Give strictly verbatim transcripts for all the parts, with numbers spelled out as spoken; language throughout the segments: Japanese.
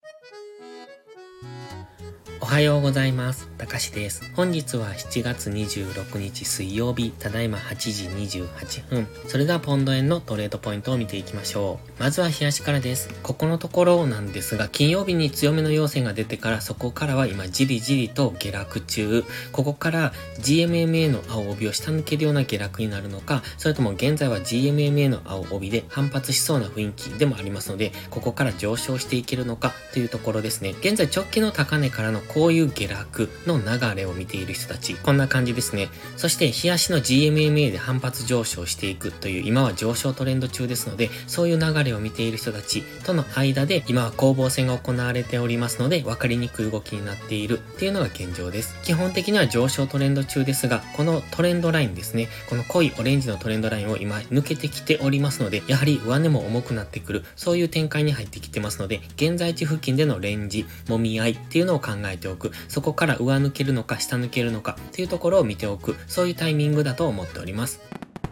おはようございます。たかしです。本日はしちがつにじゅうろくにち水曜日、ただいまはちじにじゅうはっぷん。それではポンド円のトレードポイントを見ていきましょう。まずは日足からです。ここのところなんですが、金曜日に強めの陽線が出てから、そこからは今じりじりと下落中。ここから ジーエムエムエー の青帯を下抜けるような下落になるのか、それとも現在は ジーエムエムエー の青帯で反発しそうな雰囲気でもありますので、ここから上昇していけるのかというところですね。現在直近の高値からのこういう下落の流れを見ている人たち、こんな感じですね。そして日足の ジーエムエムエー で反発上昇していくという今は上昇トレンド中ですので、そういう流れを見ている人たちとの間で今は攻防戦が行われておりますので、分かりにくい動きになっているっていうのが現状です。基本的には上昇トレンド中ですが、このトレンドラインですね、この濃いオレンジのトレンドラインを今抜けてきておりますので、やはり上値も重くなってくる、そういう展開に入ってきてますので、現在地付近でのレンジ、揉み合いっていうのを考えておく、そこから上抜けるのか下抜けるのかっていうところを見ておく、そういうタイミングだと思っております。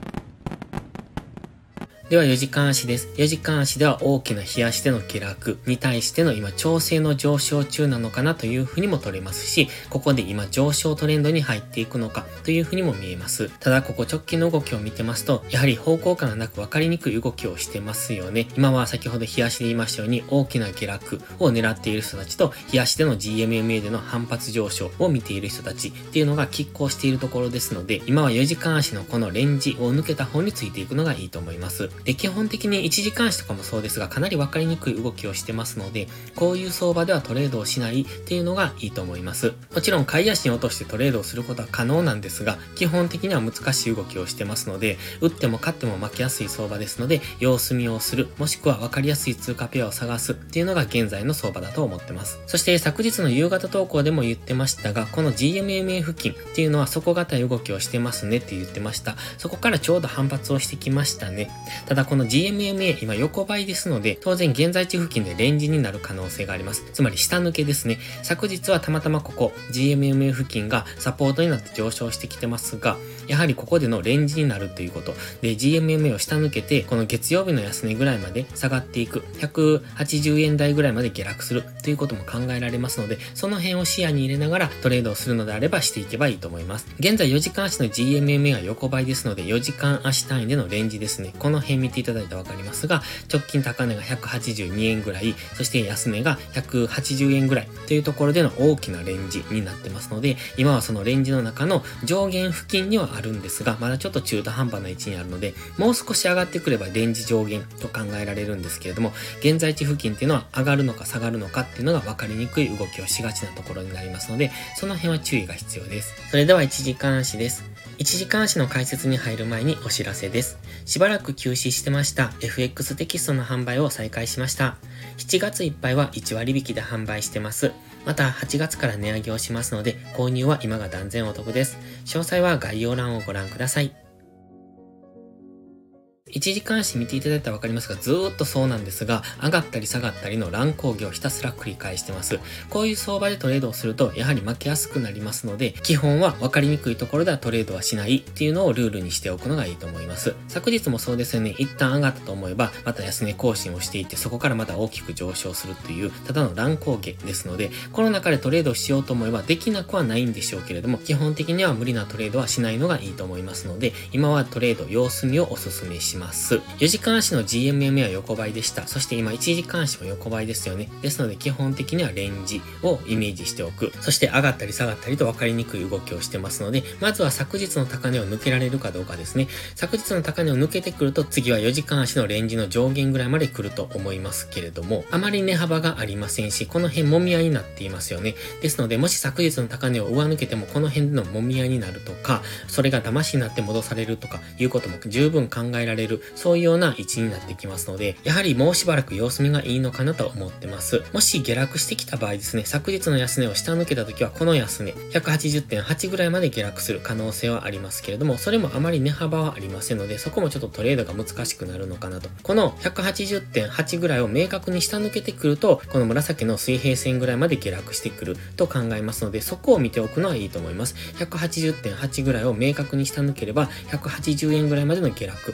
ではよじかん足です。よじかん足では大きな日足での下落に対しての今調整の上昇中なのかなというふうにも取れますし、ここで今上昇トレンドに入っていくのかというふうにも見えます。ただここ直近の動きを見てますと、やはり方向感がなく分かりにくい動きをしてますよね。今は先ほど日足で言いましたように大きな下落を狙っている人たちと、日足での ジーエムエムエー での反発上昇を見ている人たちっていうのが拮抗しているところですので、今はよじかん足のこのレンジを抜けた方についていくのがいいと思います。で、基本的にいちじかん足とかもそうですが、かなり分かりにくい動きをしてますので、こういう相場ではトレードをしないっていうのがいいと思います。もちろん買い足に落としてトレードをすることは可能なんですが、基本的には難しい動きをしてますので、打っても勝っても負けやすい相場ですので、様子見をする、もしくは分かりやすい通貨ペアを探すっていうのが現在の相場だと思ってます。そして昨日の夕方投稿でも言ってましたが、この ジーエムエムエー 付近っていうのは底堅い動きをしてますねって言ってました。そこからちょうど反発をしてきましたね。ただこの ジーエムエムエー 今横ばいですので、当然現在地付近でレンジになる可能性があります。つまり下抜けですね。昨日はたまたまここ ジーエムエムエー 付近がサポートになって上昇してきてますが、やはりここでのレンジになるということで、 ジーエムエムエー を下抜けてこの月曜日の安値ぐらいまで下がっていく、ひゃくはちじゅうえん台ぐらいまで下落するということも考えられますので、その辺を視野に入れながらトレードをするのであればしていけばいいと思います。現在よじかん足の ジーエムエムエー は横ばいですので、よじかん足単位でのレンジですね。この辺見ていただいたらわかりますが、直近高値がひゃくはちじゅうにえんぐらい、そして安値がひゃくはちじゅうえんぐらいというところでの大きなレンジになってますので、今はそのレンジの中の上限付近にはあるんですが、まだちょっと中途半端な位置にあるので、もう少し上がってくればレンジ上限と考えられるんですけれども、現在地付近っていうのは上がるのか下がるのかっていうのが分かりにくい動きをしがちなところになりますので、その辺は注意が必要です。それではいちじかん足です。いちじかん足の解説に入る前にお知らせです。しばらく休止してました エフエックス テキストの販売を再開しました。しちがついっぱいはいちわり引きで販売してます。またはちがつから値上げをしますので、購入は今が断然お得です。詳細は概要欄をご覧ください。いちじかん足見ていただいたらわかりますが、ずーっとそうなんですが、上がったり下がったりの乱高下をひたすら繰り返してます。こういう相場でトレードをすると、やはり負けやすくなりますので、基本は分かりにくいところではトレードはしないっていうのをルールにしておくのがいいと思います。昨日もそうですよね。一旦上がったと思えば、また安値更新をしていて、そこからまた大きく上昇するという、ただの乱高下ですので、この中でトレードをしようと思えばできなくはないんでしょうけれども、基本的には無理なトレードはしないのがいいと思いますので、今はトレード様子見をお勧めします。よじかん足の ジーエムエムエー は横ばいでした。そして今いちじかん足も横ばいですよね。ですので基本的にはレンジをイメージしておく。そして上がったり下がったりと分かりにくい動きをしてますので、まずは昨日の高値を抜けられるかどうかですね。昨日の高値を抜けてくると、次はよじかん足のレンジの上限ぐらいまで来ると思いますけれども、あまり値幅がありませんし、この辺もみ合いになっていますよね。ですので、もし昨日の高値を上抜けてもこの辺でのもみ合いになるとか、それが騙しになって戻されるとかいうことも十分考えられる、そういうような位置になってきますので、やはりもうしばらく様子見がいいのかなと思ってます。もし下落してきた場合ですね、昨日の安値を下抜けた時はこの安値 ひゃくはちじゅってんはち ぐらいまで下落する可能性はありますけれども、それもあまり値幅はありませんので、そこもちょっとトレードが難しくなるのかなと。この ひゃくはちじゅってんはち ぐらいを明確に下抜けてくると、この紫の水平線ぐらいまで下落してくると考えますので、そこを見ておくのはいいと思います。ひゃくはちじゅってんはち ぐらいを明確に下抜ければひゃくはちじゅうえんぐらいまでの下落っていうと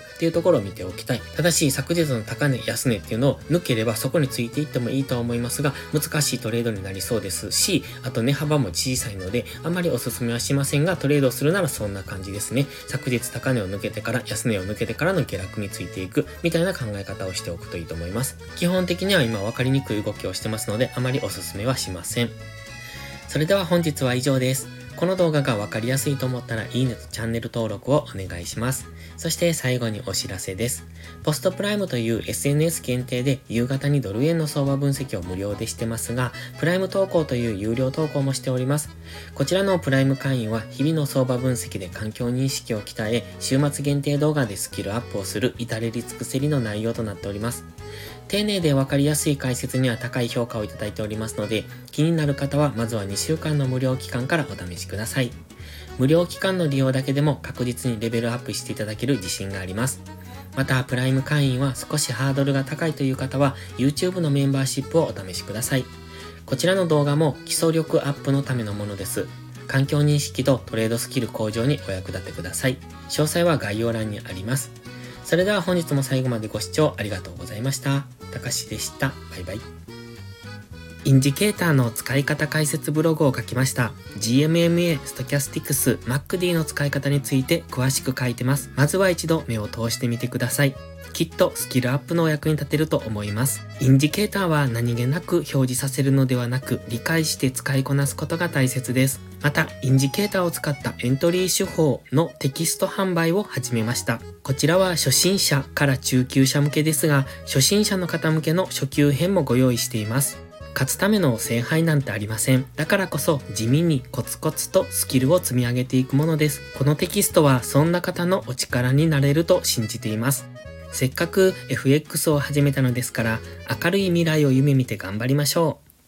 ところを見ておきたい。ただし、昨日の高値、安値っていうのを抜ければそこについていってもいいとは思いますが、難しいトレードになりそうですし、あと値幅も小さいので、あまりおすすめはしませんが、トレードするならそんな感じですね。昨日高値を抜けてから、安値を抜けてからの下落についていく、みたいな考え方をしておくといいと思います。基本的には今分かりにくい動きをしてますので、あまりおすすめはしません。それでは本日は以上です。この動画が分かりやすいと思ったらいいねとチャンネル登録をお願いします。そして最後にお知らせです。ポストプライムという エスエヌエス 限定で夕方にドル円の相場分析を無料でしてますが、プライム投稿という有料投稿もしております。こちらのプライム会員は日々の相場分析で環境認識を鍛え、週末限定動画でスキルアップをする至れり尽くせりの内容となっております。丁寧で分かりやすい解説には高い評価をいただいておりますので、気になる方はまずはにしゅうかんの無料期間からお試しください。無料期間の利用だけでも確実にレベルアップしていただける自信があります。また、プライム会員は少しハードルが高いという方は YouTube のメンバーシップをお試しください。こちらの動画も基礎力アップのためのものです。環境認識とトレードスキル向上にお役立てください。詳細は概要欄にあります。それでは本日も最後までご視聴ありがとうございました。たかしでした。バイバイ。インジケーターの使い方解説ブログを書きました。ジーエムエムエー、ストキャスティクス、マックディ の使い方について詳しく書いてます。まずは一度目を通してみてください。きっとスキルアップのお役に立てると思います。インジケーターは何気なく表示させるのではなく、理解して使いこなすことが大切です。また、インジケーターを使ったエントリー手法のテキスト販売を始めました。こちらは初心者から中級者向けですが、初心者の方向けの初級編もご用意しています。勝つための聖杯なんてありません。だからこそ地味にコツコツとスキルを積み上げていくものです。このテキストはそんな方のお力になれると信じています。せっかく エフエックス を始めたのですから、明るい未来を夢見て頑張りましょう。